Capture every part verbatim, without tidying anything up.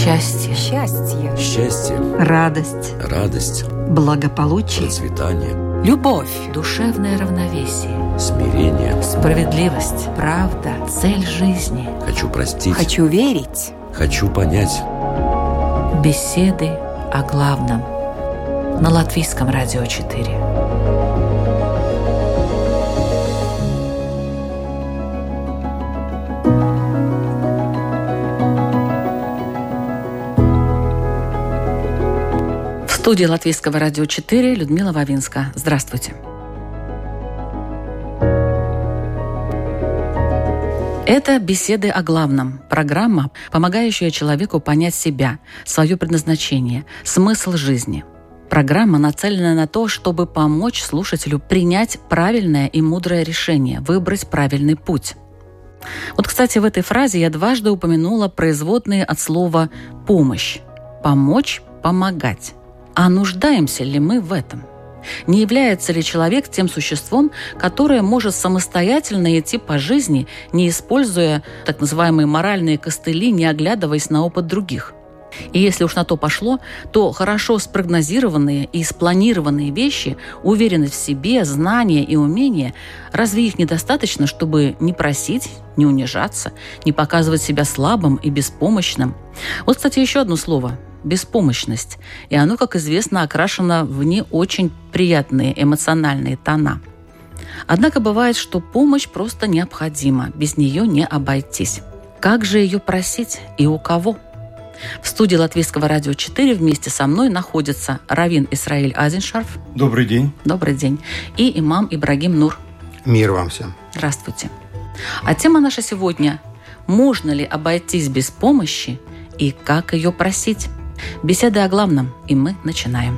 Счастье. Счастье. Счастье. Радость. Радость. Благополучие. Процветание. Любовь. Душевное равновесие. Смирение. Справедливость. Правда. Цель жизни. Хочу простить. Хочу верить. Хочу понять. Беседы о главном. На Латвийском радио четыре. В студии Латвийского радио четыре Людмила Вавинска. Здравствуйте. Это «Беседы о главном» – программа, помогающая человеку понять себя, свое предназначение, смысл жизни. Программа нацелена на то, чтобы помочь слушателю принять правильное и мудрое решение, выбрать правильный путь. Вот, кстати, в этой фразе я дважды упомянула производные от слова «помощь». Помочь, помогать. А нуждаемся ли мы в этом? Не является ли человек тем существом, которое может самостоятельно идти по жизни, не используя так называемые моральные костыли, не оглядываясь на опыт других? И если уж на то пошло, то хорошо спрогнозированные и спланированные вещи, уверенность в себе, знания и умения, разве их недостаточно, чтобы не просить, не унижаться, не показывать себя слабым и беспомощным? Вот, кстати, еще одно слово – беспомощность. И оно, как известно, окрашено в не очень приятные эмоциональные тона. Однако бывает, что помощь просто необходима, без нее не обойтись. Как же ее просить и у кого? В студии Латвийского радио четыре вместе со мной находится раввин Исраиль Азеншарф. Добрый день. Добрый день. И имам Ибрагим Нур. Мир вам всем. Здравствуйте. А тема наша сегодня – можно ли обойтись без помощи и как ее просить? Беседы о главном, и мы начинаем.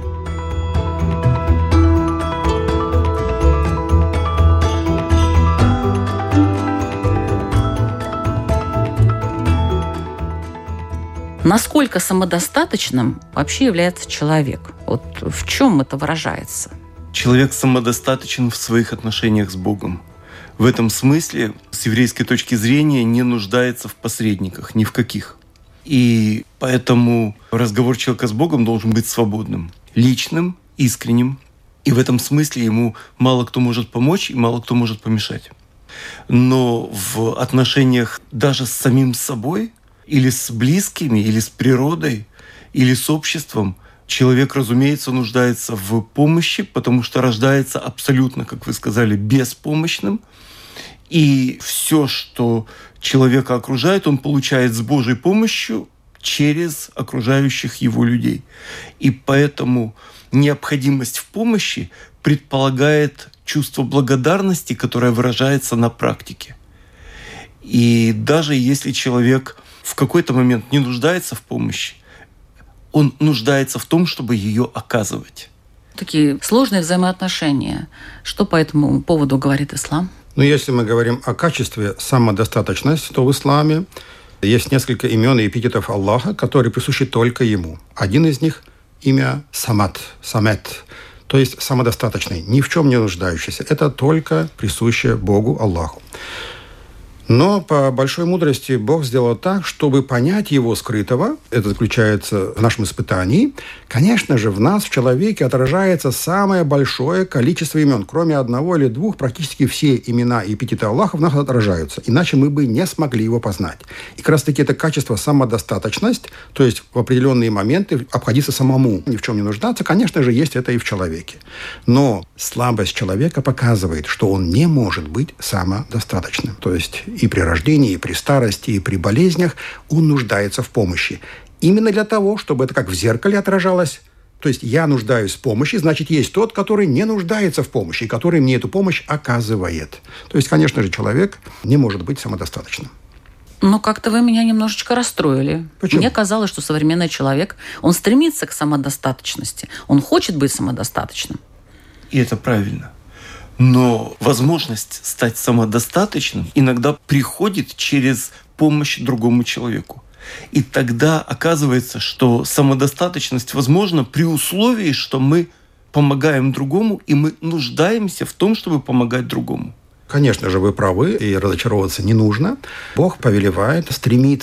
Насколько самодостаточным вообще является человек? Вот в чем это выражается? Человек самодостаточен в своих отношениях с Богом. В этом смысле, с еврейской точки зрения, не нуждается в посредниках, ни в каких. И поэтому разговор человека с Богом должен быть свободным, личным, искренним. И в этом смысле ему мало кто может помочь и мало кто может помешать. Но в отношениях даже с самим собой, или с близкими, или с природой, или с обществом, человек, разумеется, нуждается в помощи, потому что рождается абсолютно, как вы сказали, беспомощным. И все, что человека окружает, он получает с Божьей помощью через окружающих его людей. И поэтому необходимость в помощи предполагает чувство благодарности, которое выражается на практике. И даже если человек в какой-то момент не нуждается в помощи, он нуждается в том, чтобы ее оказывать. Такие сложные взаимоотношения. Что по этому поводу говорит ислам? Ну, если мы говорим о качестве самодостаточности, то в исламе есть несколько имен и эпитетов Аллаха, которые присущи только Ему. Один из них – имя Самад, Самет, то есть самодостаточный, ни в чем не нуждающийся. Это только присуще Богу, Аллаху. Но по большой мудрости Бог сделал так, чтобы понять Его скрытого, это заключается в нашем испытании, конечно же, в нас, в человеке, отражается самое большое количество имен. Кроме одного или двух, практически все имена и эпитеты Аллаха в нас отражаются. Иначе мы бы не смогли Его познать. И как раз-таки это качество самодостаточность, то есть в определенные моменты обходиться самому, ни в чем не нуждаться, конечно же, есть это и в человеке. Но слабость человека показывает, что он не может быть самодостаточным. То есть и при рождении, и при старости, и при болезнях он нуждается в помощи. Именно для того, чтобы это как в зеркале отражалось. То есть я нуждаюсь в помощи, значит, есть тот, который не нуждается в помощи, и который мне эту помощь оказывает. То есть, конечно же, человек не может быть самодостаточным. Но как-то вы меня немножечко расстроили. Почему? Мне казалось, что современный человек, он стремится к самодостаточности. Он хочет быть самодостаточным. И это правильно. Но возможность стать самодостаточным иногда приходит через помощь другому человеку. И тогда оказывается, что самодостаточность возможна при условии, что мы помогаем другому, и мы нуждаемся в том, чтобы помогать другому. Конечно же, вы правы, и разочаровываться не нужно. Бог повелевает стремиться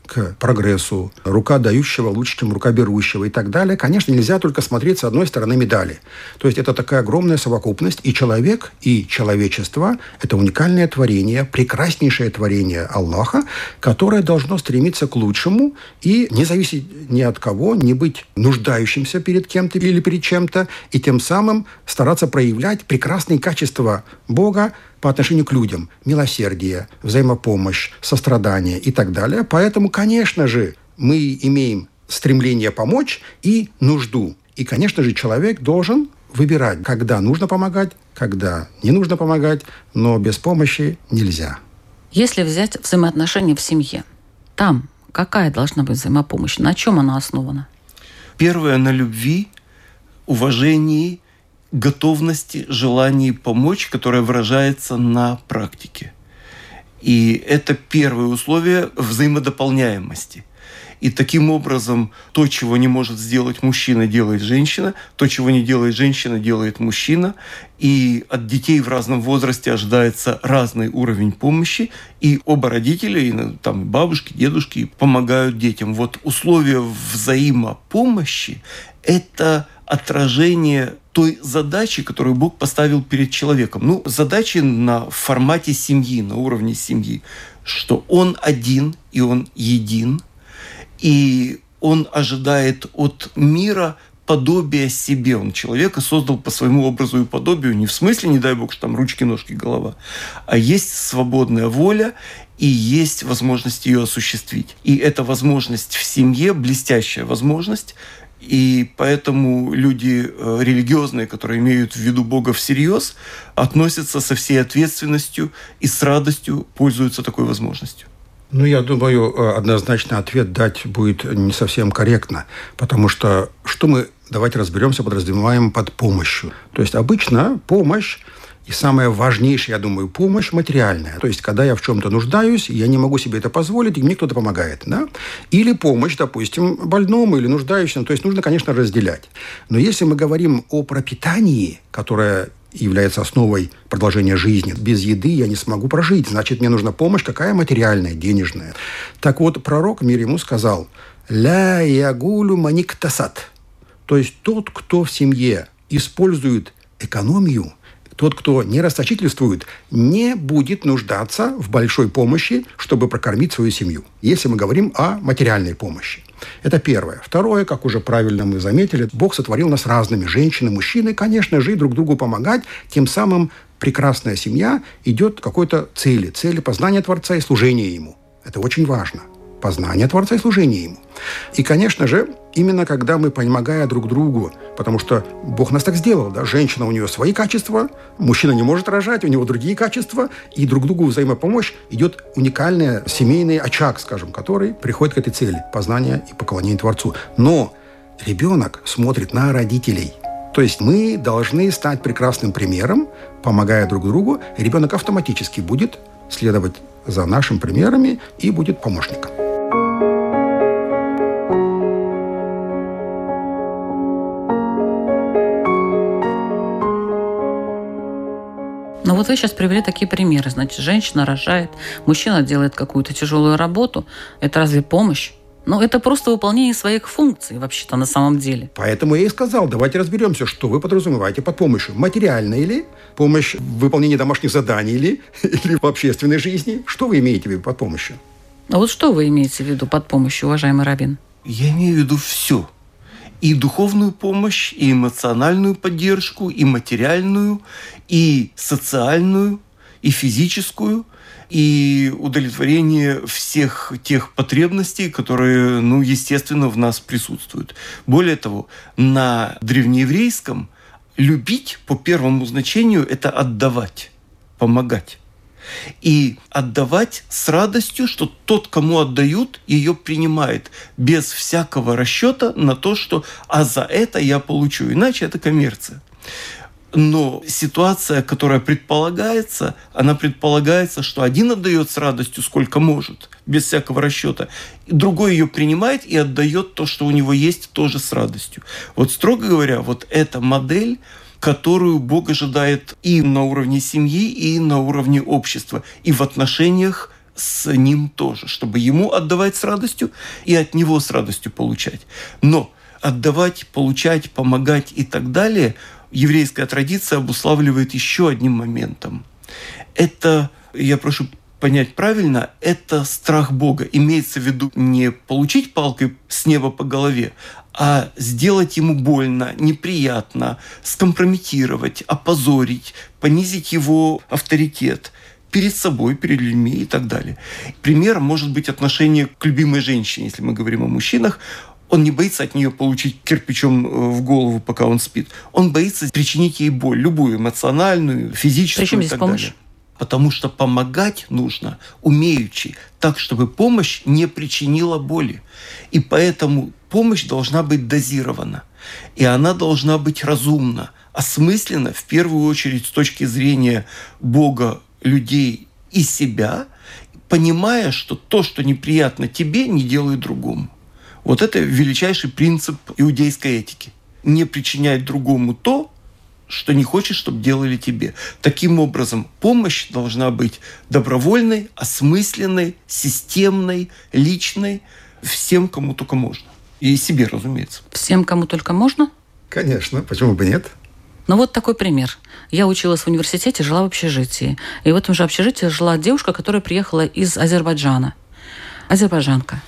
к прогрессу, рука дающего лучше, чем рука берущего и так далее, конечно, нельзя только смотреть с одной стороны медали. То есть это такая огромная совокупность, и человек, и человечество – это уникальное творение, прекраснейшее творение Аллаха, которое должно стремиться к лучшему и не зависеть ни от кого, не быть нуждающимся перед кем-то или перед чем-то, и тем самым стараться проявлять прекрасные качества Бога по отношению к людям. Милосердие, взаимопомощь, сострадание и так далее. Поэтому, конечно же, мы имеем стремление помочь и нужду. И, конечно же, человек должен выбирать, когда нужно помогать, когда не нужно помогать, но без помощи нельзя. Если взять взаимоотношения в семье, там какая должна быть взаимопомощь? На чем она основана? Первое – на любви, уважении, готовности, желании помочь, которое выражается на практике. И это первое условие взаимодополняемости. И таким образом то, чего не может сделать мужчина, делает женщина, то, чего не делает женщина, делает мужчина. И от детей в разном возрасте ожидается разный уровень помощи, и оба родителя, и там бабушки, дедушки помогают детям. Вот условия взаимопомощи – это отражение той задачи, которую Бог поставил перед человеком. Ну, задачи на формате семьи, на уровне семьи, что он один и он един, и он ожидает от мира подобия себе. Он человека создал по своему образу и подобию, не в смысле, не дай Бог, что там ручки, ножки, голова, а есть свободная воля, и есть возможность ее осуществить. И эта возможность в семье, блестящая возможность, и поэтому люди религиозные, которые имеют в виду Бога всерьез, относятся со всей ответственностью и с радостью пользуются такой возможностью. Ну, я думаю, однозначно ответ дать будет не совсем корректно, потому что что мы, давайте разберемся, подразумеваем под помощью. То есть обычно помощь, и самая важнейшая, я думаю, помощь материальная. То есть, когда я в чем-то нуждаюсь, я не могу себе это позволить, и мне кто-то помогает. Да? Или помощь, допустим, больному или нуждающемуся. То есть, нужно, конечно, разделять. Но если мы говорим о пропитании, которое является основой продолжения жизни, без еды я не смогу прожить. Значит, мне нужна помощь, какая материальная, денежная. Так вот, пророк, мир ему, сказал: «Ля ягулю маниктасат». То есть, тот, кто в семье использует экономию, тот, кто не расточительствует, не будет нуждаться в большой помощи, чтобы прокормить свою семью. Если мы говорим о материальной помощи. Это первое. Второе, как уже правильно мы заметили, Бог сотворил нас разными. Женщины, мужчины, конечно же, друг другу помогать. Тем самым прекрасная семья идет к какой-то цели. Цели познания Творца и служения Ему. Это очень важно. Познание Творца и служение Ему. И, конечно же, именно когда мы, помогая друг другу, потому что Бог нас так сделал, да, женщина, у нее свои качества, мужчина не может рожать, у него другие качества, и друг другу взаимопомощь идет уникальный семейный очаг, скажем, который приходит к этой цели – познания и поклонения Творцу. Но ребенок смотрит на родителей. То есть мы должны стать прекрасным примером, помогая друг другу, и ребенок автоматически будет следовать за нашими примерами и будет помощником. Но вот вы сейчас привели такие примеры. Значит, женщина рожает, мужчина делает какую-то тяжелую работу. Это разве помощь? Ну, это просто выполнение своих функций, вообще-то, на самом деле. Поэтому я и сказал, давайте разберемся, что вы подразумеваете под помощью. Материальная ли? Помощь в выполнении домашних заданий ли? Или в общественной жизни? Что вы имеете в виду под помощью? А вот что вы имеете в виду под помощью, уважаемый раввин? Я имею в виду все. И духовную помощь, и эмоциональную поддержку, и материальную, и социальную, и физическую, и удовлетворение всех тех потребностей, которые, ну, естественно, в нас присутствуют. Более того, на древнееврейском любить по первому значению – это отдавать, помогать. И отдавать с радостью, что тот, кому отдают, ее принимает, без всякого расчета на то, что «а за это я получу», иначе это коммерция. Но ситуация, которая предполагается, она предполагается, что один отдает с радостью, сколько может, без всякого расчета, и другой ее принимает и отдает то, что у него есть, тоже с радостью. Вот, строго говоря, вот эта модель, которую Бог ожидает и на уровне семьи, и на уровне общества, и в отношениях с ним тоже, чтобы ему отдавать с радостью и от него с радостью получать. Но отдавать, получать, помогать и так далее еврейская традиция обуславливает еще одним моментом. Это, я прошу понять правильно, это страх Бога. Имеется в виду не получить палкой с неба по голове, а сделать ему больно, неприятно, скомпрометировать, опозорить, понизить его авторитет перед собой, перед людьми и так далее. Примером может быть отношение к любимой женщине, если мы говорим о мужчинах. Он не боится от нее получить кирпичом в голову, пока он спит. Он боится причинить ей боль, любую, эмоциональную, физическую. Причем и здесь так помощь? далее. Потому что помогать нужно умеючи, так, чтобы помощь не причинила боли. И поэтому помощь должна быть дозирована. И она должна быть разумна, осмысленно, в первую очередь, с точки зрения Бога, людей и себя, понимая, что то, что неприятно тебе, не делай другому. Вот это величайший принцип иудейской этики. Не причинять другому то, что не хочешь, чтобы делали тебе. Таким образом, помощь должна быть добровольной, осмысленной, системной, личной, всем, кому только можно. И себе, разумеется. Всем, кому только можно? Конечно, почему бы нет? Ну вот такой пример. Я училась в университете, жила в общежитии. И в этом же общежитии жила девушка, которая приехала из Азербайджана. Азербайджанка.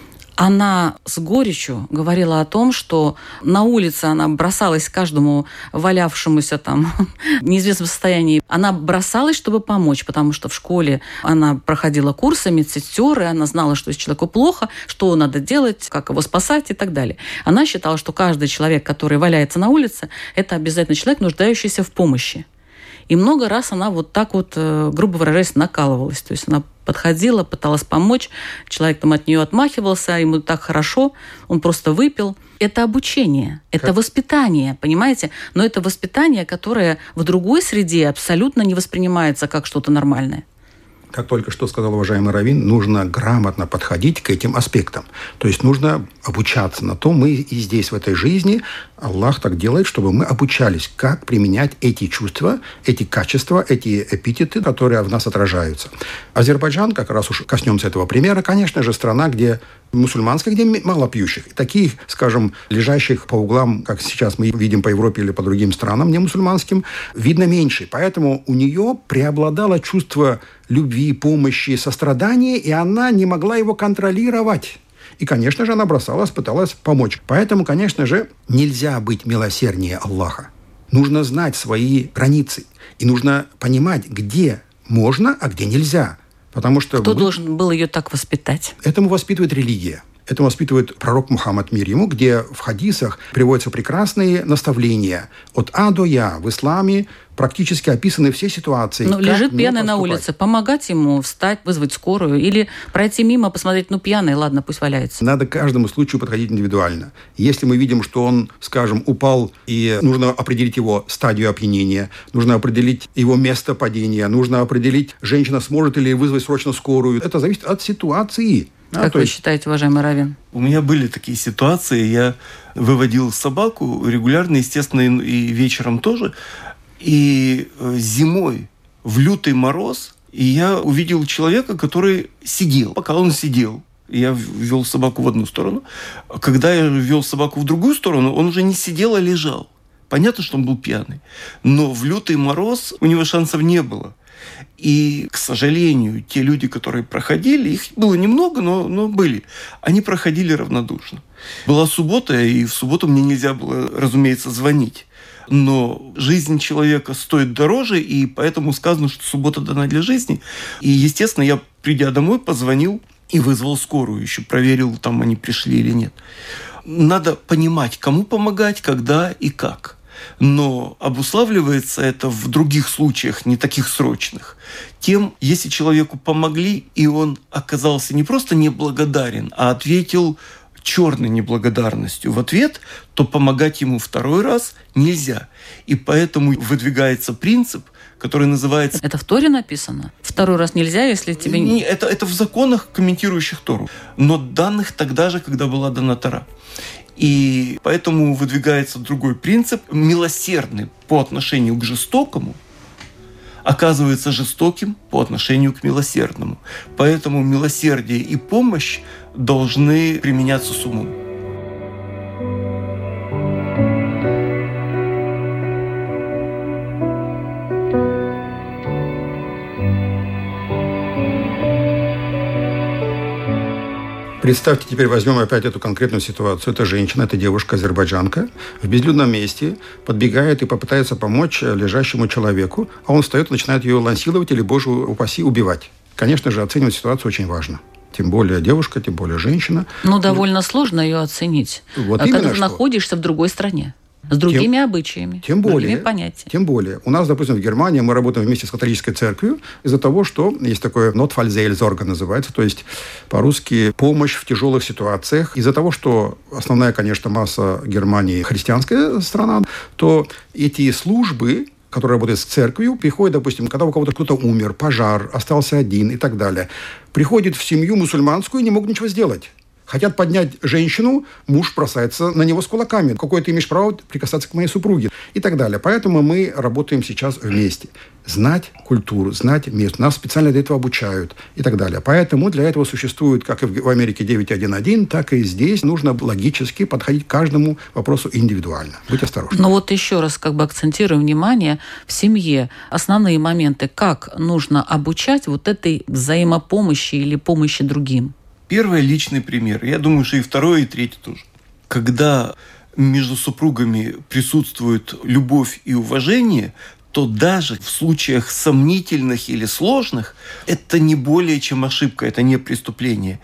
Она с горечью говорила о том, что на улице она бросалась к каждому валявшемуся там в неизвестном состоянии. Она бросалась, чтобы помочь, потому что в школе она проходила курсы медсестер, и она знала, что если человеку плохо, что надо делать, как его спасать и так далее. Она считала, что каждый человек, который валяется на улице, это обязательно человек, нуждающийся в помощи. И много раз она вот так вот, грубо выражаясь, накалывалась. То есть она подходила, пыталась помочь, человек там от нее отмахивался, ему так хорошо, он просто выпил. Это обучение, это как? Воспитание, понимаете? Но это воспитание, которое в другой среде абсолютно не воспринимается как что-то нормальное. Как только что сказал уважаемый раввин, нужно грамотно подходить к этим аспектам. То есть нужно обучаться на то, мы и здесь, в этой жизни, Аллах так делает, чтобы мы обучались, как применять эти чувства, эти качества, эти эпитеты, которые в нас отражаются. Азербайджан, как раз уж коснемся этого примера, конечно же, страна, где мусульманская, где мало пьющих. Таких, скажем, лежащих по углам, как сейчас мы видим по Европе или по другим странам не мусульманским, видно меньше. Поэтому у нее преобладало чувство любви, помощи, сострадания, и она не могла его контролировать. И, конечно же, она бросалась, пыталась помочь. Поэтому, конечно же, нельзя быть милосерднее Аллаха. Нужно знать свои границы. И нужно понимать, где можно, а где нельзя. Потому что Кто вы... должен был ее так воспитать? Этому воспитывает религия. Этому воспитывает пророк Мухаммад, мир ему, где в хадисах приводятся прекрасные наставления. От А до Я в исламе практически описаны все ситуации. Ну, лежит пьяный на улице. Помогать ему встать, вызвать скорую или пройти мимо, посмотреть, ну, пьяный, ладно, пусть валяется. Надо к каждому случаю подходить индивидуально. Если мы видим, что он, скажем, упал, и нужно определить его стадию опьянения, нужно определить его место падения, нужно определить, женщина сможет ли вызвать срочно скорую. Это зависит от ситуации. Как а, вы есть... считаете, уважаемый раввин? У меня были такие ситуации. Я выводил собаку регулярно, естественно, и вечером тоже. И зимой в лютый мороз и я увидел человека, который сидел. Пока он сидел, я вел собаку в одну сторону. Когда я вел собаку в другую сторону, он уже не сидел, а лежал. Понятно, что он был пьяный. Но в лютый мороз у него шансов не было. И, к сожалению, те люди, которые проходили, их было немного, но, но были, они проходили равнодушно. Была суббота, и в субботу мне нельзя было, разумеется, звонить. Но жизнь человека стоит дороже, и поэтому сказано, что суббота дана для жизни. И, естественно, я, придя домой, позвонил и вызвал скорую. Еще проверил, там они пришли или нет. Надо понимать, кому помогать, когда и как. Но обуславливается это в других случаях, не таких срочных, тем, если человеку помогли, и он оказался не просто неблагодарен, а ответил черной неблагодарностью в ответ, то помогать ему второй раз нельзя. И поэтому выдвигается принцип, который называется... Это в Торе написано? Второй раз нельзя, если тебе... Не, это, это в законах, комментирующих Тору, но данных тогда же, когда была дана Тора. И поэтому выдвигается другой принцип, милосердный по отношению к жестокому, оказывается жестоким по отношению к милосердному. Поэтому милосердие и помощь должны применяться с умом. Представьте, теперь возьмем опять эту конкретную ситуацию. Это женщина, это девушка-азербайджанка в безлюдном месте подбегает и попытается помочь лежащему человеку, а он встает и начинает ее лансировать или, боже упаси, убивать. Конечно же, оценивать ситуацию очень важно. Тем более девушка, тем более женщина. Ну, довольно сложно ее оценить, вот когда ты что. находишься в другой стране. С другими тем, обычаями, тем более, другими понятиями. Тем более. У нас, допустим, в Германии мы работаем вместе с католической церковью из-за того, что есть такое Notfallseelsorge называется, то есть по-русски помощь в тяжелых ситуациях. Из-за того, что основная, конечно, масса Германии христианская страна, то эти службы, которые работают с церковью, приходят, допустим, когда у кого-то кто-то умер, пожар, остался один и так далее. Приходит в семью мусульманскую и не могут ничего сделать. Хотят поднять женщину, муж бросается на него с кулаками. Какое ты имеешь право прикасаться к моей супруге? И так далее. Поэтому мы работаем сейчас вместе. Знать культуру, знать место. Нас специально для этого обучают и так далее. Поэтому для этого существует, как и в Америке девять один один, так и здесь нужно логически подходить к каждому вопросу индивидуально. Будь осторожны. Но вот еще раз как бы акцентирую внимание, в семье основные моменты, как нужно обучать вот этой взаимопомощи или помощи другим. Первый личный пример. Я думаю, что и второй, и третий тоже. Когда между супругами присутствует любовь и уважение, то даже в случаях сомнительных или сложных это не более чем ошибка, это не преступление.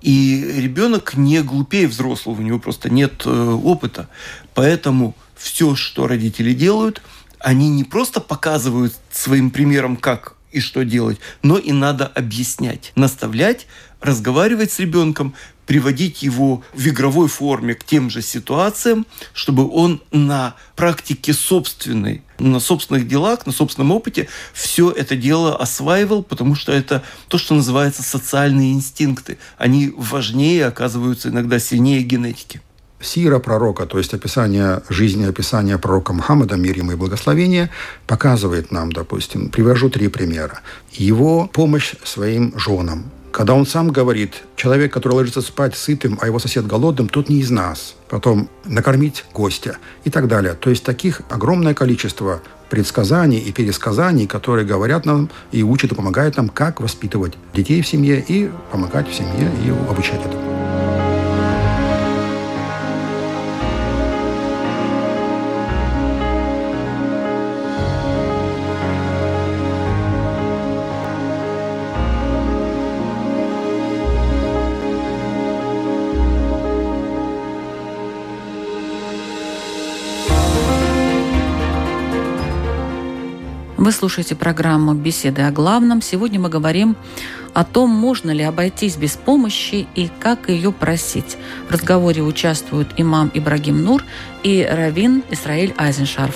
И ребенок не глупее взрослого, у него просто нет опыта. Поэтому все, что родители делают, они не просто показывают своим примером, как и что делать, но и надо объяснять, наставлять, разговаривать с ребенком, приводить его в игровой форме к тем же ситуациям, чтобы он на практике собственной, на собственных делах, на собственном опыте все это дело осваивал, потому что это то, что называется социальные инстинкты. Они важнее, оказываются иногда сильнее генетики. Сира пророка, то есть описание жизни, описание пророка Мухаммада, мир ему и благословение, показывает нам, допустим, привожу три примера. Его помощь своим женам. Когда он сам говорит, человек, который ложится спать сытым, а его сосед голодным, тот не из нас. Потом накормить гостя и так далее. То есть таких огромное количество предсказаний и пересказаний, которые говорят нам и учат и помогают нам, как воспитывать детей в семье и помогать в семье и обучать этому. Вы слушаете программу «Беседы о главном». Сегодня мы говорим о том, можно ли обойтись без помощи и как ее просить. В разговоре участвуют имам Ибрагим Нур и раввин Исраэль Айзеншарф.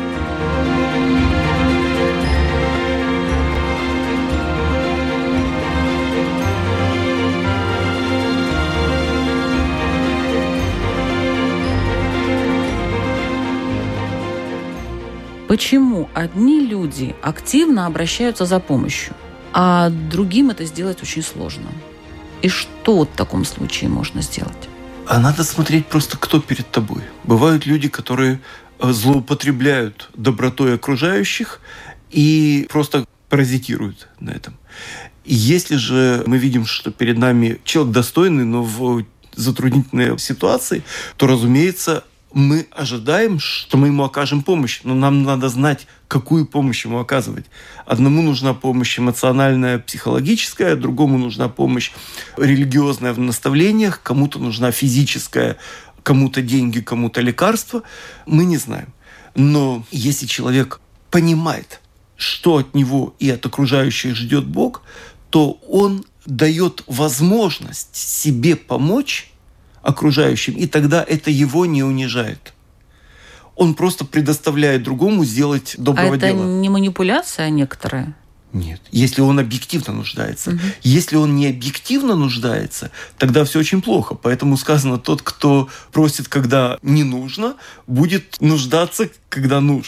Почему одни люди активно обращаются за помощью, а другим это сделать очень сложно? И что в таком случае можно сделать? А надо смотреть просто, кто перед тобой. Бывают люди, которые злоупотребляют добротой окружающих и просто паразитируют на этом. И если же мы видим, что перед нами человек достойный, но в затруднительной ситуации, то, разумеется, мы ожидаем, что мы ему окажем помощь, но нам надо знать, какую помощь ему оказывать. Одному нужна помощь эмоциональная, психологическая, другому нужна помощь религиозная в наставлениях, кому-то нужна физическая, кому-то деньги, кому-то лекарства. Мы не знаем. Но если человек понимает, что от него и от окружающих ждет Бог, то он дает возможность себе помочь окружающим, и тогда это его не унижает. Он просто предоставляет другому сделать доброго а дела. это не манипуляция некоторая? Нет. Если он объективно нуждается. Угу. Если он не объективно нуждается, тогда все очень плохо. Поэтому сказано, тот, кто просит, когда не нужно, будет нуждаться, когда нужно.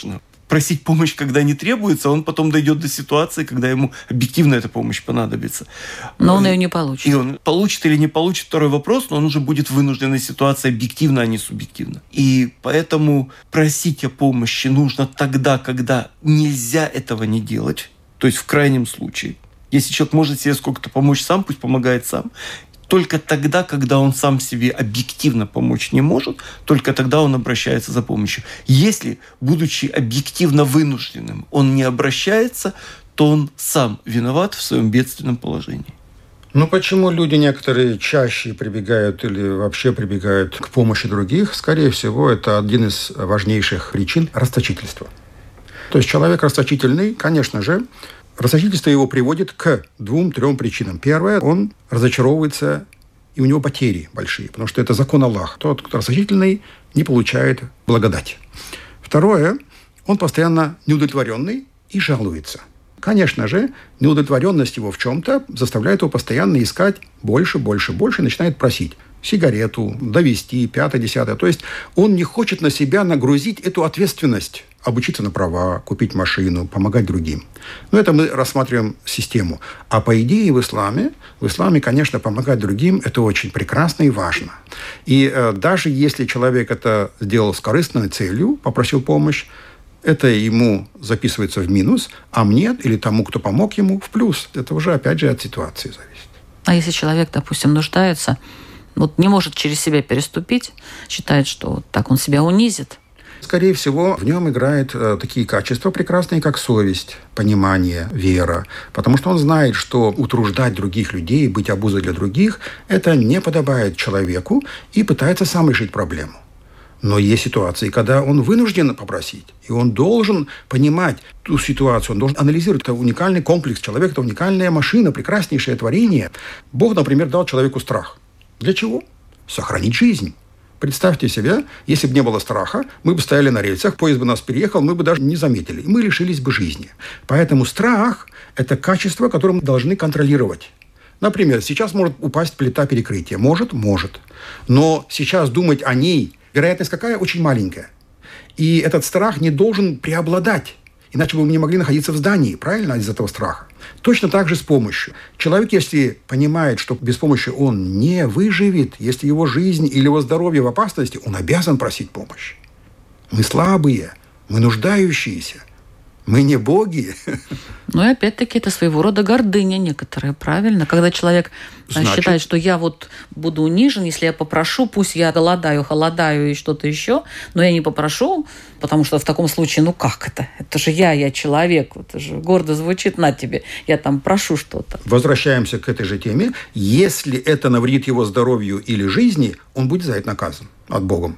просить помощь, когда не требуется, он потом дойдет до ситуации, когда ему объективно эта помощь понадобится. Но он ее не получит. И он получит или не получит, второй вопрос, но он уже будет в вынужденной ситуации объективно, а не субъективно. И поэтому просить о помощи нужно тогда, когда нельзя этого не делать, то есть в крайнем случае. Если человек может себе сколько-то помочь сам, пусть помогает сам. Только тогда, когда он сам себе объективно помочь не может, только тогда он обращается за помощью. Если, будучи объективно вынужденным, он не обращается, то он сам виноват в своем бедственном положении. Ну, почему люди некоторые чаще прибегают или вообще прибегают к помощи других? Скорее всего, это один из важнейших причин – расточительства. То есть человек расточительный, конечно же, расточительство его приводит к двум-трем причинам. Первое, он разочаровывается, и у него потери большие, потому что это закон Аллаха. Тот, кто расточительный, не получает благодать. Второе, он постоянно неудовлетворенный и жалуется. Конечно же, неудовлетворенность его в чем-то заставляет его постоянно искать больше, больше, больше, и начинает просить сигарету, довести, пятое, десятое. То есть он не хочет на себя нагрузить эту ответственность. Обучиться на права, купить машину, помогать другим. Но это мы рассматриваем систему. А по идее в исламе, в исламе, конечно, помогать другим – это очень прекрасно и важно. И э, даже если человек это сделал с корыстной целью, попросил помощь, это ему записывается в минус, а мне или тому, кто помог ему, в плюс. Это уже, опять же, от ситуации зависит. А если человек, допустим, нуждается, вот не может через себя переступить, считает, что вот так он себя унизит, скорее всего, в нем играют э, такие качества прекрасные, как совесть, понимание, вера. Потому что он знает, что утруждать других людей, быть обузой для других, это не подобает человеку, и пытается сам решить проблему. Но есть ситуации, когда он вынужден попросить, и он должен понимать ту ситуацию, он должен анализировать. Это уникальный комплекс. Человек – это уникальная машина, прекраснейшее творение. Бог, например, дал человеку страх. Для чего? Сохранить жизнь. Представьте себе, если бы не было страха, мы бы стояли на рельсах, поезд бы нас переехал, мы бы даже не заметили, и мы лишились бы жизни. Поэтому страх – это качество, которое мы должны контролировать. Например, сейчас может упасть плита перекрытия. Может? Может. Но сейчас думать о ней, вероятность какая? Очень маленькая. И этот страх не должен преобладать. Иначе бы мы не могли находиться в здании, правильно, из этого страха. Точно так же с помощью. Человек, если понимает, что без помощи он не выживет, если его жизнь или его здоровье в опасности, он обязан просить помощи. Мы слабые, мы нуждающиеся, мы не боги. Ну и опять-таки это своего рода гордыня некоторая, правильно? Когда человек Значит... считает, что я вот буду унижен, если я попрошу, пусть я голодаю, холодаю и что-то еще, но я не попрошу, потому что в таком случае, ну как это? Это же я, я человек, это же гордо звучит на тебе, я там прошу что-то. Возвращаемся к этой же теме. Если это навредит его здоровью или жизни, он будет за это наказан от Бога.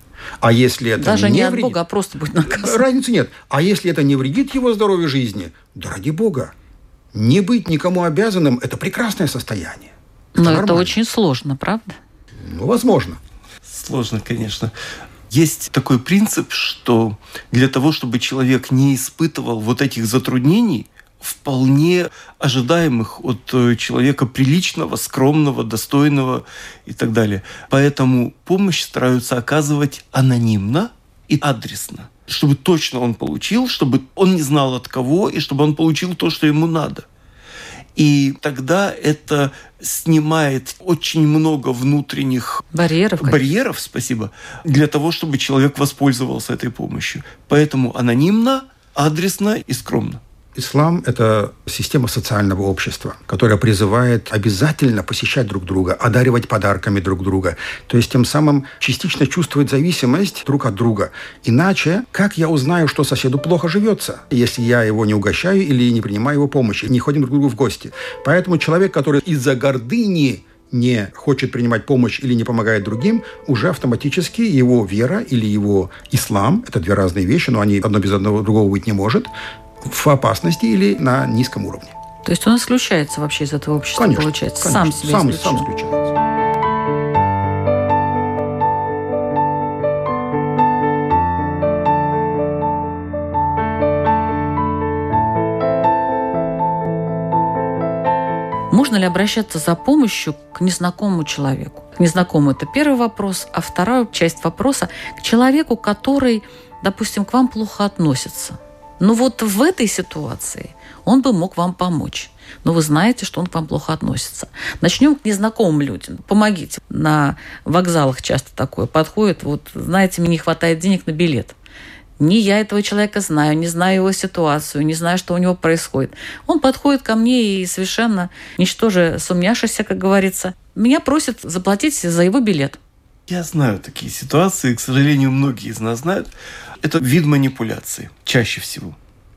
А если это Даже не, не от вредит, Бога, а просто будет наказан. Разницы нет. А если это не вредит его здоровью жизни, да ради Бога. Не быть никому обязанным – это прекрасное состояние. Это Но нормально. это очень сложно, правда? Ну, возможно. Сложно, конечно. Есть такой принцип, что для того, чтобы человек не испытывал вот этих затруднений, вполне ожидаемых от человека приличного, скромного, достойного и так далее. Поэтому помощь стараются оказывать анонимно и адресно, чтобы точно он получил, чтобы он не знал от кого, и чтобы он получил то, что ему надо. И тогда это снимает очень много внутренних барьеров, барьеров, спасибо, для того, чтобы человек воспользовался этой помощью. Поэтому анонимно, адресно и скромно. Ислам – это система социального общества, которая призывает обязательно посещать друг друга, одаривать подарками друг друга. То есть тем самым частично чувствовать зависимость друг от друга. Иначе, как я узнаю, что соседу плохо живется, если я его не угощаю или не принимаю его помощи, не ходим друг к другу в гости? Поэтому человек, который из-за гордыни не хочет принимать помощь или не помогает другим, уже автоматически его вера или его ислам – это две разные вещи, но они одно без одного другого быть не может – в опасности или на низком уровне. То есть он исключается вообще из этого общества, конечно, получается? Конечно. Сам себя сам, исключает. Сам исключается. Можно ли обращаться за помощью к незнакомому человеку? К незнакомому – это первый вопрос, а вторая часть вопроса – к человеку, который допустим, к вам плохо относится. Но вот в этой ситуации он бы мог вам помочь. Но вы знаете, что он к вам плохо относится. Начнем к незнакомым людям. Помогите. На вокзалах часто такое подходит. Вот, знаете, мне не хватает денег на билет. Не я этого человека знаю, не знаю его ситуацию, не знаю, что у него происходит. Он подходит ко мне и совершенно, ничтоже сумняшися, как говорится, меня просит заплатить за его билет. Я знаю такие ситуации, к сожалению, многие из нас знают. Это вид манипуляции, чаще всего.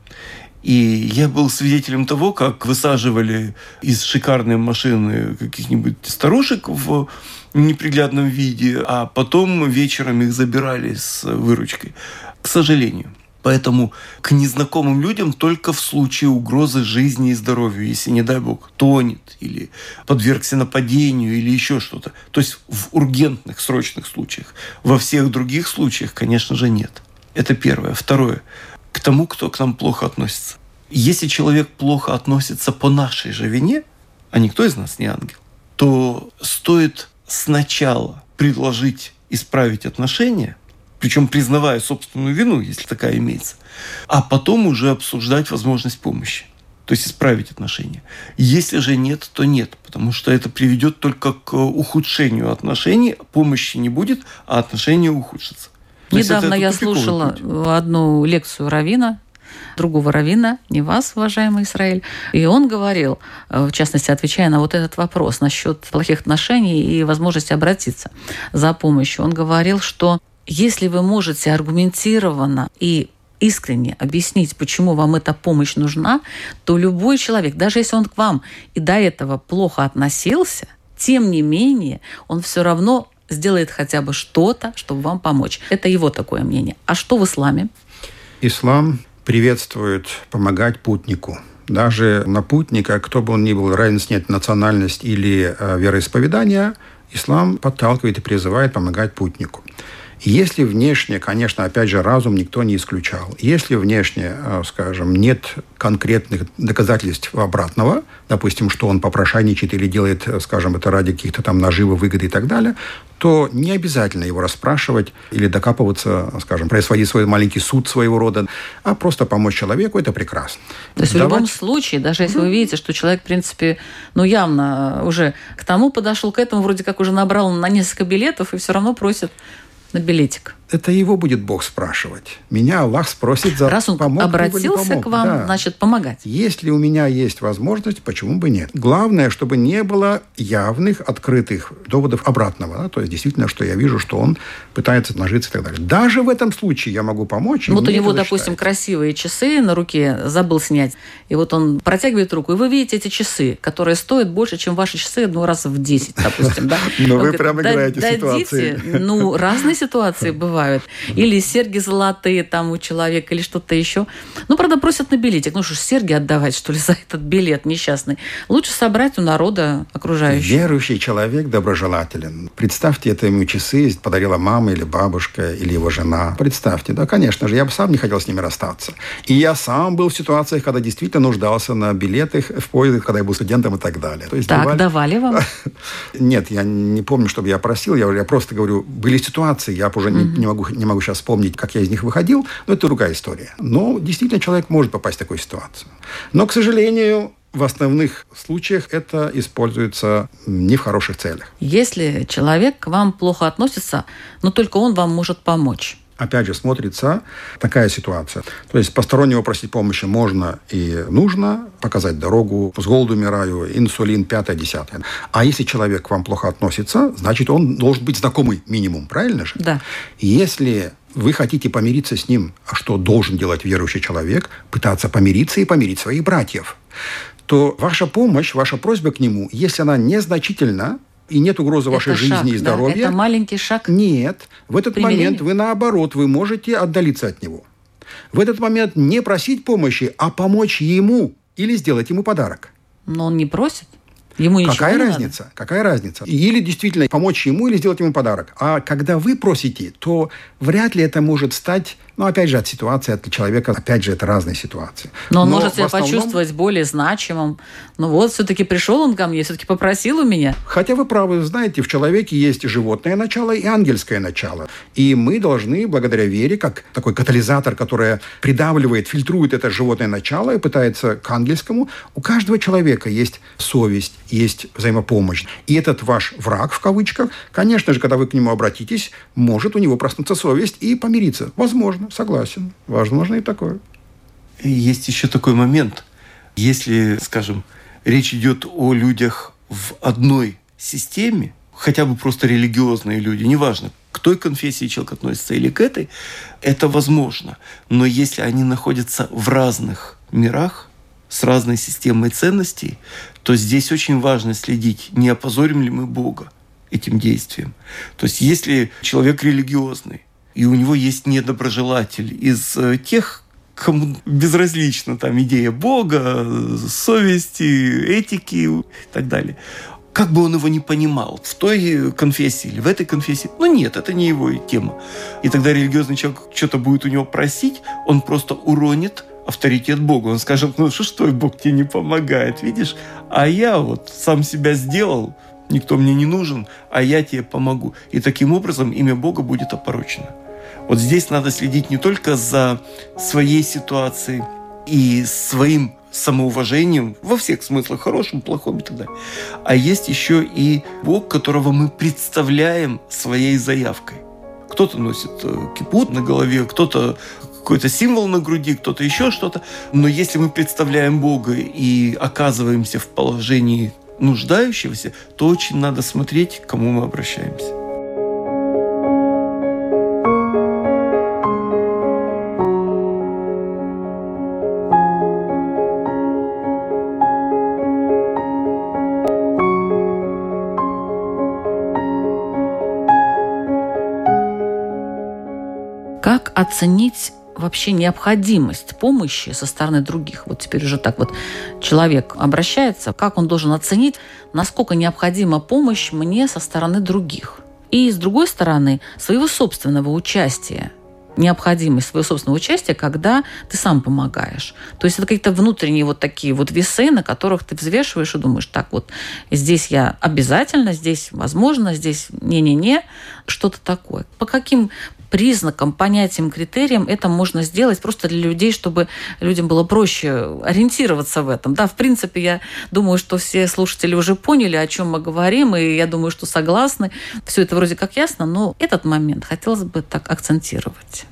И я был свидетелем того, как высаживали из шикарной машины каких-нибудь старушек в неприглядном виде, а потом вечером их забирали с выручкой. К сожалению. Поэтому к незнакомым людям только в случае угрозы жизни и здоровью, если, не дай бог, тонет или подвергся нападению или еще что-то. То есть в ургентных, срочных случаях. Во всех других случаях, конечно же, нет. Это первое. Второе. К тому, кто к нам плохо относится. Если человек плохо относится по нашей же вине, а никто из нас не ангел, то стоит сначала предложить исправить отношения, причем признавая собственную вину, если такая имеется, а потом уже обсуждать возможность помощи. То есть исправить отношения. Если же нет, то нет, потому что это приведет только к ухудшению отношений, помощи не будет, а отношения ухудшатся. Недавно я слушала путь. одну лекцию раввина, другого раввина, не вас, уважаемый Исраэль, и он говорил, в частности, отвечая на вот этот вопрос насчет плохих отношений и возможности обратиться за помощью, он говорил, что если вы можете аргументированно и искренне объяснить, почему вам эта помощь нужна, то любой человек, даже если он к вам и до этого плохо относился, тем не менее, он все равно сделает хотя бы что-то, чтобы вам помочь. Это его такое мнение. А что в исламе? Ислам приветствует помогать путнику. Даже на путника, кто бы он ни был, разницы нет, национальность или э, вероисповедание, ислам подталкивает и призывает помогать путнику. Если внешне, конечно, опять же, разум никто не исключал. Если внешне, скажем, нет конкретных доказательств обратного, допустим, что он попрошайничает или делает, скажем, это ради каких-то там наживы, выгоды и так далее, то не обязательно его расспрашивать или докапываться, скажем, производить свой маленький суд своего рода, а просто помочь человеку – это прекрасно. То есть Давать... в любом случае, даже если вы видите, что человек, в принципе, ну явно уже к тому подошел, к этому, вроде как уже набрал на несколько билетов и все равно просит на билетик. Это его будет Бог спрашивать. Меня Аллах спросит за Раз он помог, обратился к вам, да. Значит, помогать. Если у меня есть возможность, почему бы нет? Главное, чтобы не было явных, открытых доводов обратного. Да? То есть, действительно, что я вижу, что он пытается нажиться и так далее. Даже в этом случае я могу помочь. Вот у него, допустим, красивые часы на руке, забыл снять. И вот он протягивает руку, и вы видите эти часы, которые стоят больше, чем ваши часы, ну, раз в десять, допустим. Но вы прямо играете в ситуации. Ну, разные ситуации бывают. Или серьги золотые там у человека, или что-то еще. Ну, правда, просят на билетик. Ну, что ж, серьги отдавать, что ли, за этот билет несчастный? Лучше собрать у народа окружающего. Верующий человек доброжелателен. Представьте, это ему часы подарила мама или бабушка, или его жена. Представьте, да, конечно же, я бы сам не хотел с ними расстаться. И я сам был в ситуациях, когда действительно нуждался на билетах в поездах, когда я был студентом и так далее. То есть, так, давали... давали вам? Нет, я не помню, чтобы я просил. Я, я просто говорю, были ситуации, я уже не, не могу не могу сейчас вспомнить, как я из них выходил, но это другая история. Но действительно человек может попасть в такую ситуацию. Но, к сожалению, в основных случаях это используется не в хороших целях. Если человек к вам плохо относится, но только он вам может помочь. Опять же, смотрится такая ситуация. То есть постороннего просить помощи можно и нужно, показать дорогу, с голоду умираю, инсулин, пятое, десятое. А если человек к вам плохо относится, значит, он должен быть знакомый минимум, правильно же? Да. Если вы хотите помириться с ним, а что должен делать верующий человек? Пытаться помириться и помирить своих братьев. То ваша помощь, ваша просьба к нему, если она незначительна, и нет угрозы вашей это жизни шаг, и здоровья. Да? Это маленький шаг. Нет. В этот момент вы, наоборот, вы можете отдалиться от него. В этот момент не просить помощи, а помочь ему или сделать ему подарок. Но он не просит. Ему ничего Какая не разница? надо. Какая разница? Или действительно помочь ему, или сделать ему подарок. А когда вы просите, то вряд ли это может стать Но, опять же, от ситуации, от человека, опять же, это разные ситуации. Но он Но может себя основном... почувствовать более значимым. Ну вот, все-таки пришел он ко мне, все-таки попросил у меня. Хотя вы правы, знаете, в человеке есть животное начало и ангельское начало. И мы должны, благодаря вере, как такой катализатор, который придавливает, фильтрует это животное начало и пытается к ангельскому, у каждого человека есть совесть, есть взаимопомощь. И этот ваш враг, в кавычках, конечно же, когда вы к нему обратитесь, может у него проснуться совесть и помириться. Возможно, согласен. Возможно и такое. И есть еще такой момент. Если, скажем, речь идет о людях в одной системе, хотя бы просто религиозные люди, неважно, к той конфессии человек относится или к этой, это возможно. Но если они находятся в разных мирах, с разной системой ценностей, то здесь очень важно следить, не опозорим ли мы Бога этим действием. То есть если человек религиозный, и у него есть недоброжелатель из тех, кому безразлична там идея Бога, совести, этики и так далее, как бы он его ни понимал, в той конфессии или в этой конфессии, ну нет, это не его тема. И тогда религиозный человек что-то будет у него просить, он просто уронит авторитет Бога. Он скажет, ну что ж твой Бог тебе не помогает, видишь? А я вот сам себя сделал, никто мне не нужен, а я тебе помогу. И таким образом имя Бога будет опорочено. Вот здесь надо следить не только за своей ситуацией и своим самоуважением во всех смыслах, хорошем, плохом и так далее. А есть еще и Бог, которого мы представляем своей заявкой. Кто-то носит кипут на голове, кто-то какой-то символ на груди, кто-то еще что-то. Но если мы представляем Бога и оказываемся в положении нуждающегося, то очень надо смотреть, к кому мы обращаемся. Как оценить вообще необходимость помощи со стороны других? Вот теперь уже так вот человек обращается, как он должен оценить, насколько необходима помощь мне со стороны других? И, с другой стороны, своего собственного участия. Необходимость своего собственного участия, когда ты сам помогаешь. То есть это какие-то внутренние вот такие вот весы, на которых ты взвешиваешь и думаешь, так вот, здесь я обязательно, здесь возможно, здесь не-не-не, что-то такое. По каким признакам, понятиям, критериям это можно сделать просто для людей, чтобы людям было проще ориентироваться в этом. Да, в принципе, я думаю, что все слушатели уже поняли, о чем мы говорим, и я думаю, что согласны. Все это вроде как ясно, но этот момент хотелось бы так акцентировать.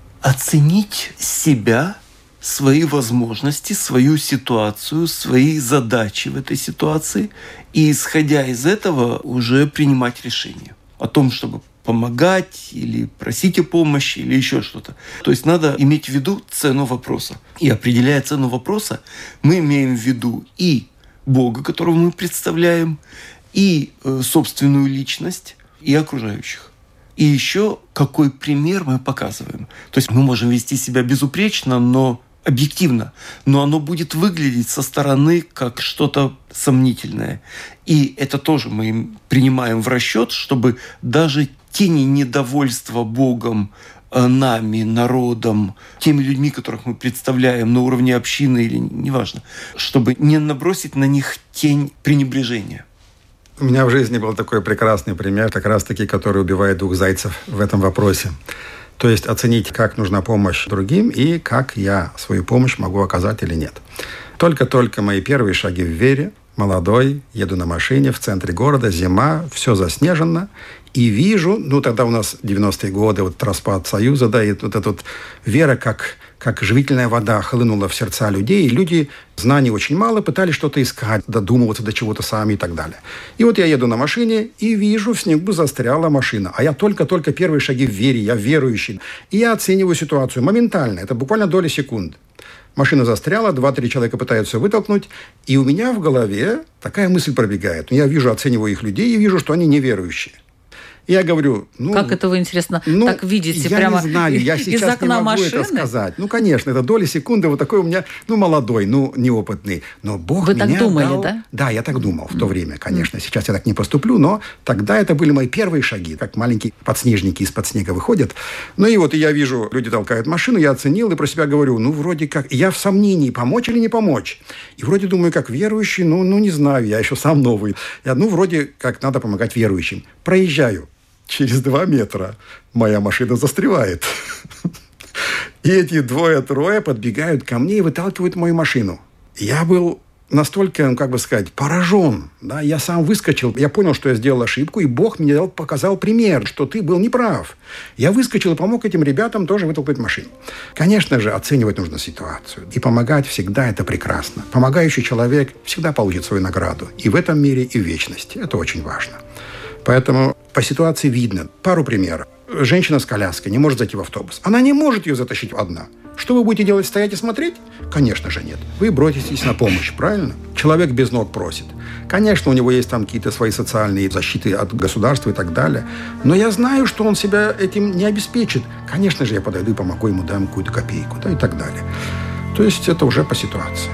Оценить себя, свои возможности, свою ситуацию, свои задачи в этой ситуации, и, исходя из этого, уже принимать решение о том, чтобы помогать или просить о помощи или еще что-то. То есть надо иметь в виду цену вопроса. И определяя цену вопроса, мы имеем в виду и Бога, которого мы представляем, и э, собственную личность, и окружающих. И еще какой пример мы показываем. То есть мы можем вести себя безупречно, но объективно, но оно будет выглядеть со стороны как что-то сомнительное. И это тоже мы принимаем в расчет, чтобы даже тени недовольства Богом, нами, народом, теми людьми, которых мы представляем на уровне общины или неважно, чтобы не набросить на них тень пренебрежения. У меня в жизни был такой прекрасный пример, как раз-таки, который убивает двух зайцев в этом вопросе. То есть оценить, как нужна помощь другим и как я свою помощь могу оказать или нет. Только-только мои первые шаги в вере, молодой, еду на машине в центре города, зима, все заснежено, и вижу, ну тогда у нас девяностые годы, вот распад Союза, да, и вот эта вот вера, как, как живительная вода хлынула в сердца людей, и люди, знаний очень мало, пытались что-то искать, додумываться до чего-то сами и так далее. И вот я еду на машине и вижу, в снегу застряла машина, а я только-только первые шаги в вере, я верующий, и я оцениваю ситуацию моментально, это буквально доли секунд. Машина застряла, два-три человека пытаются вытолкнуть, и у меня в голове такая мысль пробегает. Я вижу, оцениваю их людей и вижу, что они неверующие. Я говорю, ну... Как это вы, интересно, ну, так видите я прямо не знаю, я сейчас из окна не могу машины? это сказать. Ну, конечно, это доли секунды, вот такой у меня, ну, молодой, ну, неопытный. Но Бог Вы меня так думали, дал... да? Да, я так думал в то время, конечно. Сейчас я так не поступлю, но тогда это были мои первые шаги, как маленькие подснежники из-под снега выходят. Ну, и вот я вижу, люди толкают машину, я оценил и про себя говорю, ну, вроде как... Я в сомнении, помочь или не помочь. И вроде думаю, как верующий, ну, ну не знаю, я еще сам новый. Я, ну, вроде как надо помогать верующим. Проезжаю. Через два метра моя машина застревает. И эти двое-трое подбегают ко мне и выталкивают мою машину. Я был настолько, ну, как бы сказать, поражен. Да? Я сам выскочил. Я понял, что я сделал ошибку, и Бог мне дал, показал пример, что ты был неправ. Я выскочил и помог этим ребятам тоже вытолкнуть машину. Конечно же, оценивать нужно ситуацию. И помогать всегда это прекрасно. Помогающий человек всегда получит свою награду. И в этом мире, и в вечности. Это очень важно. Поэтому по ситуации видно. Пару примеров. Женщина с коляской не может зайти в автобус. Она не может ее затащить одна. Что вы будете делать? Стоять и смотреть? Конечно же нет. Вы броситесь на помощь, правильно? Человек без ног просит. Конечно, у него есть там какие-то свои социальные защиты от государства и так далее. Но я знаю, что он себя этим не обеспечит. Конечно же, я подойду и помогу ему, дам какую-то копейку, да, и так далее. То есть это уже по ситуации.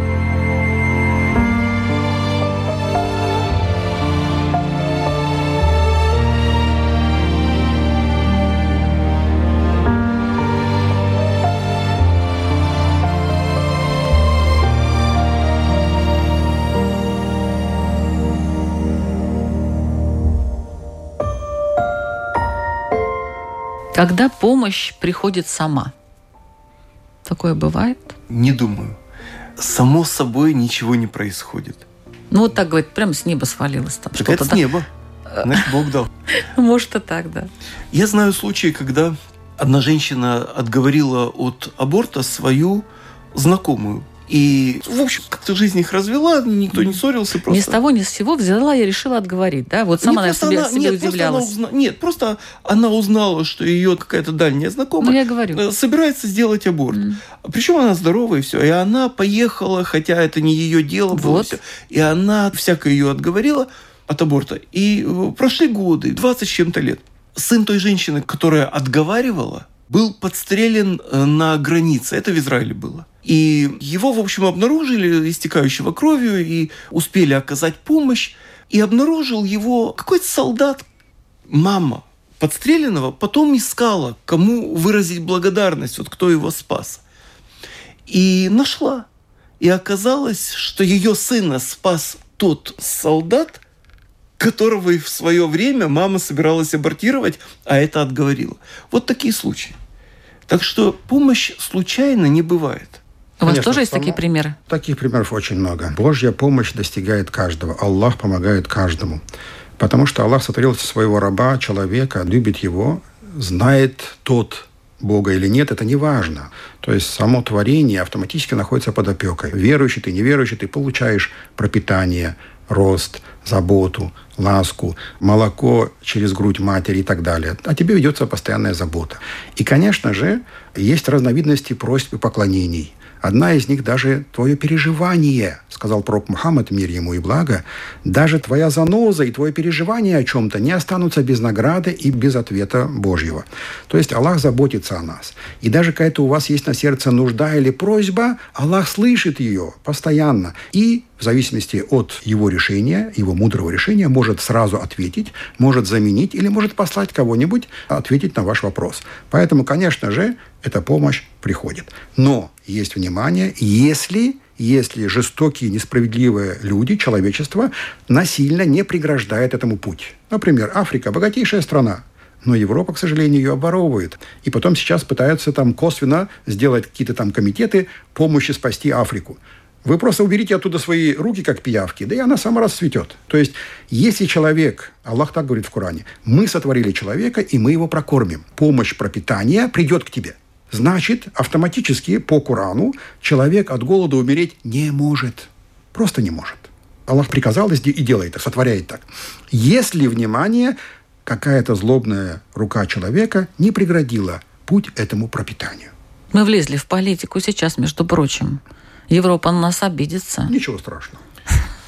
Когда помощь приходит сама. Такое бывает? Не думаю. Само собой ничего не происходит. Ну, вот так, говорит, прям с неба свалилось там Так что-то. это с Да? неба. Значит, Бог дал. Может, и так, да. Я знаю случаи, когда одна женщина отговорила от аборта свою знакомую. И, в общем, как-то жизнь их развела, никто не ссорился. Просто... Ни с того, ни с сего взяла и решила отговорить, да? Вот сама она себе, она, себе нет, удивлялась. Просто она узна... Нет, просто она узнала, что ее какая-то дальняя знакомая Ну, я говорю. собирается сделать аборт. Mm. Причем она здоровая и все. И она поехала, хотя это не ее дело было. Вот. Все. И она всякое ее отговорила от аборта. И прошли годы, двадцать с чем-то лет. Сын той женщины, которая отговаривала, был подстрелен на границе. Это в Израиле было. И его, в общем, обнаружили истекающего кровью и успели оказать помощь. И обнаружил его какой-то солдат. Мама подстреленного потом искала, кому выразить благодарность, вот кто его спас. И нашла. И оказалось, что ее сына спас тот солдат, которого в свое время мама собиралась абортировать, а это отговорила. Вот такие случаи. Так что помощь случайно не бывает. У вас Конечно, тоже есть само... такие примеры? Таких примеров очень много. Божья помощь достигает каждого. Аллах помогает каждому. Потому что Аллах сотворил своего раба, человека, любит его, знает тот, Бога или нет, это не важно. То есть само творение автоматически находится под опекой. Верующий ты, неверующий, ты получаешь пропитание, рост, заботу, ласку, молоко через грудь матери и так далее. А тебе ведется постоянная забота. И, конечно же, есть разновидности просьб и поклонений. Одна из них даже твое переживание, сказал пророк Мухаммад, мир ему и благо, даже твоя заноза и твое переживание о чем-то не останутся без награды и без ответа Божьего. То есть Аллах заботится о нас. И даже когда у вас есть на сердце нужда или просьба, Аллах слышит ее постоянно. И в зависимости от его решения, его мудрого решения, может сразу ответить, может заменить или может послать кого-нибудь ответить на ваш вопрос. Поэтому, конечно же, эта помощь приходит. Но есть внимание, если, если жестокие, несправедливые люди, человечество, насильно не преграждает этому путь. Например, Африка – богатейшая страна. Но Европа, к сожалению, ее обворовывает. И потом сейчас пытаются там косвенно сделать какие-то там комитеты помощи спасти Африку. Вы просто уберите оттуда свои руки, как пиявки, да и она сама расцветет. То есть, если человек, Аллах так говорит в Коране, мы сотворили человека, и мы его прокормим. Помощь пропитания придет к тебе. Значит, автоматически по Корану человек от голода умереть не может. Просто не может. Аллах приказал и делает так, сотворяет так. Если, внимание, какая-то злобная рука человека не преградила путь этому пропитанию. Мы влезли в политику сейчас, между прочим. Европа на нас обидится. Ничего страшного.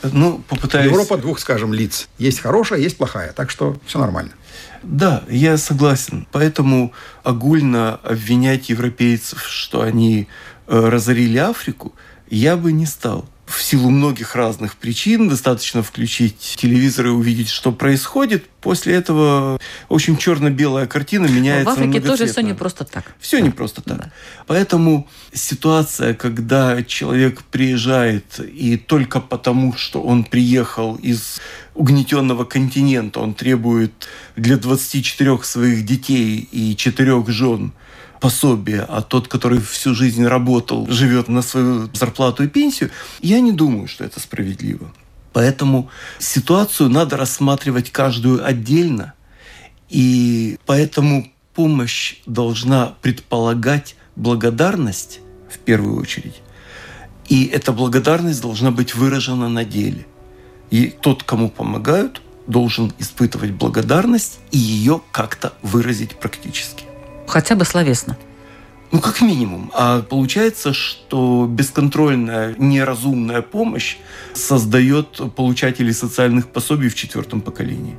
Ну, попытаюсь... Европа двух, скажем, лиц. Есть хорошая, есть плохая. Так что все нормально. Да, я согласен. Поэтому огульно обвинять европейцев, что они разорили Африку, я бы не стал. В силу многих разных причин достаточно включить телевизор и увидеть, что происходит. После этого, в общем, черно-белая картина меняется на многоцветную. В Африке тоже все не просто так. Все да. не просто так. Да. Поэтому ситуация, когда человек приезжает и только потому, что он приехал из угнетенного континента, он требует для двадцати четырёх своих детей и четырех жен пособие, а тот, который всю жизнь работал, живет на свою зарплату и пенсию, я не думаю, что это справедливо. Поэтому ситуацию надо рассматривать каждую отдельно, и поэтому помощь должна предполагать благодарность в первую очередь, и эта благодарность должна быть выражена на деле. И тот, кому помогают, должен испытывать благодарность и ее как-то выразить практически. Хотя бы словесно. Ну, как минимум. А получается, что бесконтрольная, неразумная помощь создает получателей социальных пособий в четвертом поколении.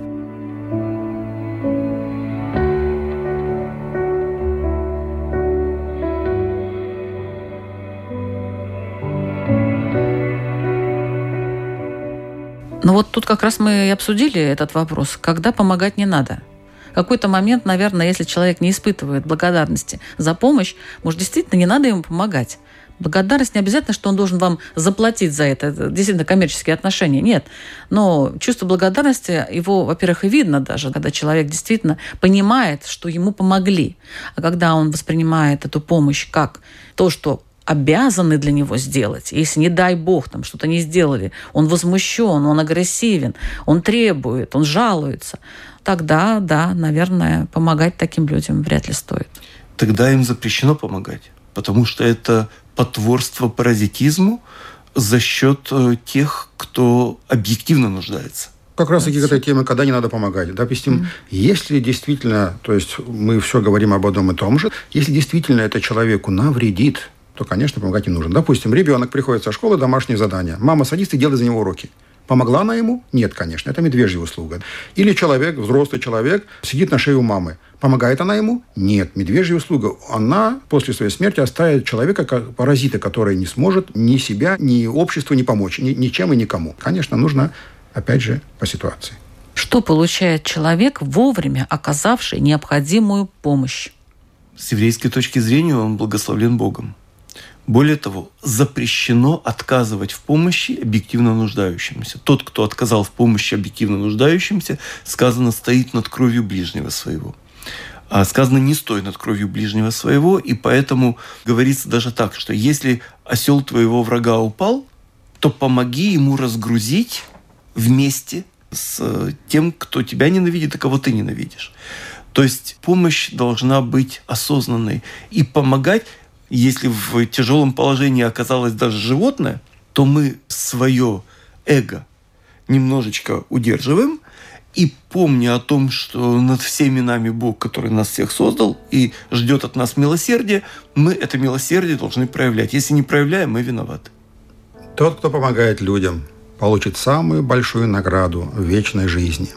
Ну вот тут как раз мы и обсудили этот вопрос. Когда помогать не надо? В какой-то момент, наверное, если человек не испытывает благодарности за помощь, может, действительно не надо ему помогать. Благодарность не обязательно, что он должен вам заплатить за это. Это действительно коммерческие отношения. Нет. Но чувство благодарности, его, во-первых, и видно даже, когда человек действительно понимает, что ему помогли. А когда он воспринимает эту помощь как то, что обязаны для него сделать. Если, не дай бог, там что-то не сделали, он возмущен, он агрессивен, он требует, он жалуется, тогда, да, наверное, помогать таким людям вряд ли стоит. Тогда им запрещено помогать, потому что это потворство паразитизму за счет тех, кто объективно нуждается. Как раз таки к этой теме, когда не надо помогать. Допустим, mm. если действительно, то есть мы все говорим об одном и том же, если действительно это человеку навредит, то, конечно, помогать не нужно. Допустим, ребенок приходит со школы, домашнее задание. Мама садится и делает за него уроки. Помогла она ему? Нет, конечно. Это медвежья услуга. Или человек, взрослый человек, сидит на шее у мамы. Помогает она ему? Нет, медвежья услуга. Она после своей смерти оставит человека, как паразита, который не сможет ни себя, ни обществу не помочь, ни, ничем и никому. Конечно, нужно, опять же, по ситуации. Что получает человек, вовремя оказавший необходимую помощь? С еврейской точки зрения он благословлен Богом. Более того, запрещено отказывать в помощи объективно нуждающимся. Тот, кто отказал в помощи объективно нуждающимся, сказано, стоит над кровью ближнего своего. А сказано, не стой над кровью ближнего своего, и поэтому говорится даже так, что если осел твоего врага упал, то помоги ему разгрузить вместе с тем, кто тебя ненавидит и кого ты ненавидишь. То есть помощь должна быть осознанной. И помогать, если в тяжелом положении оказалось даже животное, то мы свое эго немножечко удерживаем и, помня о том, что над всеми нами Бог, который нас всех создал и ждет от нас милосердия, мы это милосердие должны проявлять. Если не проявляем, мы виноваты. Тот, кто помогает людям, получит самую большую награду в вечной жизни.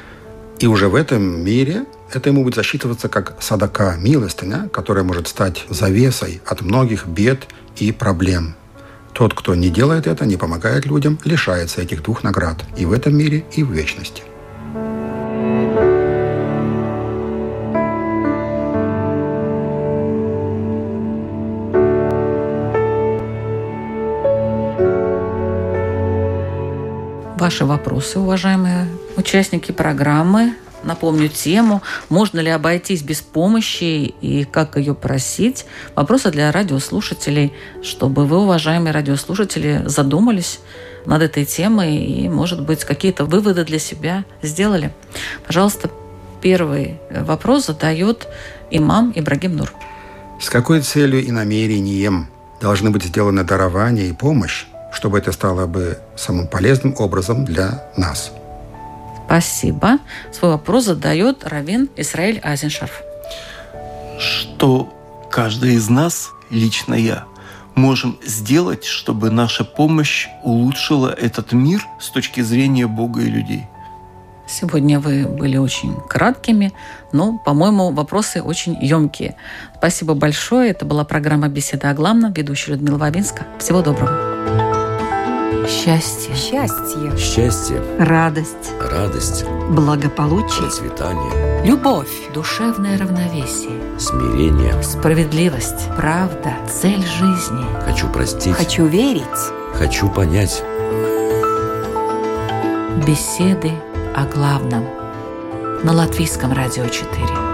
И уже в этом мире это ему будет засчитываться как садака, милостыня, которая может стать завесой от многих бед и проблем. Тот, кто не делает это, не помогает людям, лишается этих двух наград и в этом мире, и в вечности. Ваши вопросы, уважаемые участники программы. Напомню тему, можно ли обойтись без помощи и как ее просить. Вопросы для радиослушателей, чтобы вы, уважаемые радиослушатели, задумались над этой темой и, может быть, какие-то выводы для себя сделали. Пожалуйста, первый вопрос задает имам Ибрагим Нур. С какой целью и намерением должны быть сделаны дарования и помощь, чтобы это стало бы самым полезным образом для нас? Спасибо. Свой вопрос задает раввин Исраэль Айзеншарф. Что каждый из нас, лично я, можем сделать, чтобы наша помощь улучшила этот мир с точки зрения Бога и людей? Сегодня вы были очень краткими, но, по-моему, вопросы очень емкие. Спасибо большое. Это была программа «Беседа о главном». Ведущая Людмила Вавинска. Всего доброго. Счастье. Счастье. Счастье. Радость. Радость. Благополучие. Процветание. Любовь. Душевное равновесие. Смирение. Справедливость. Правда. Цель жизни. Хочу простить. Хочу верить. Хочу понять. Беседы о главном. На Латвийском радио четыре.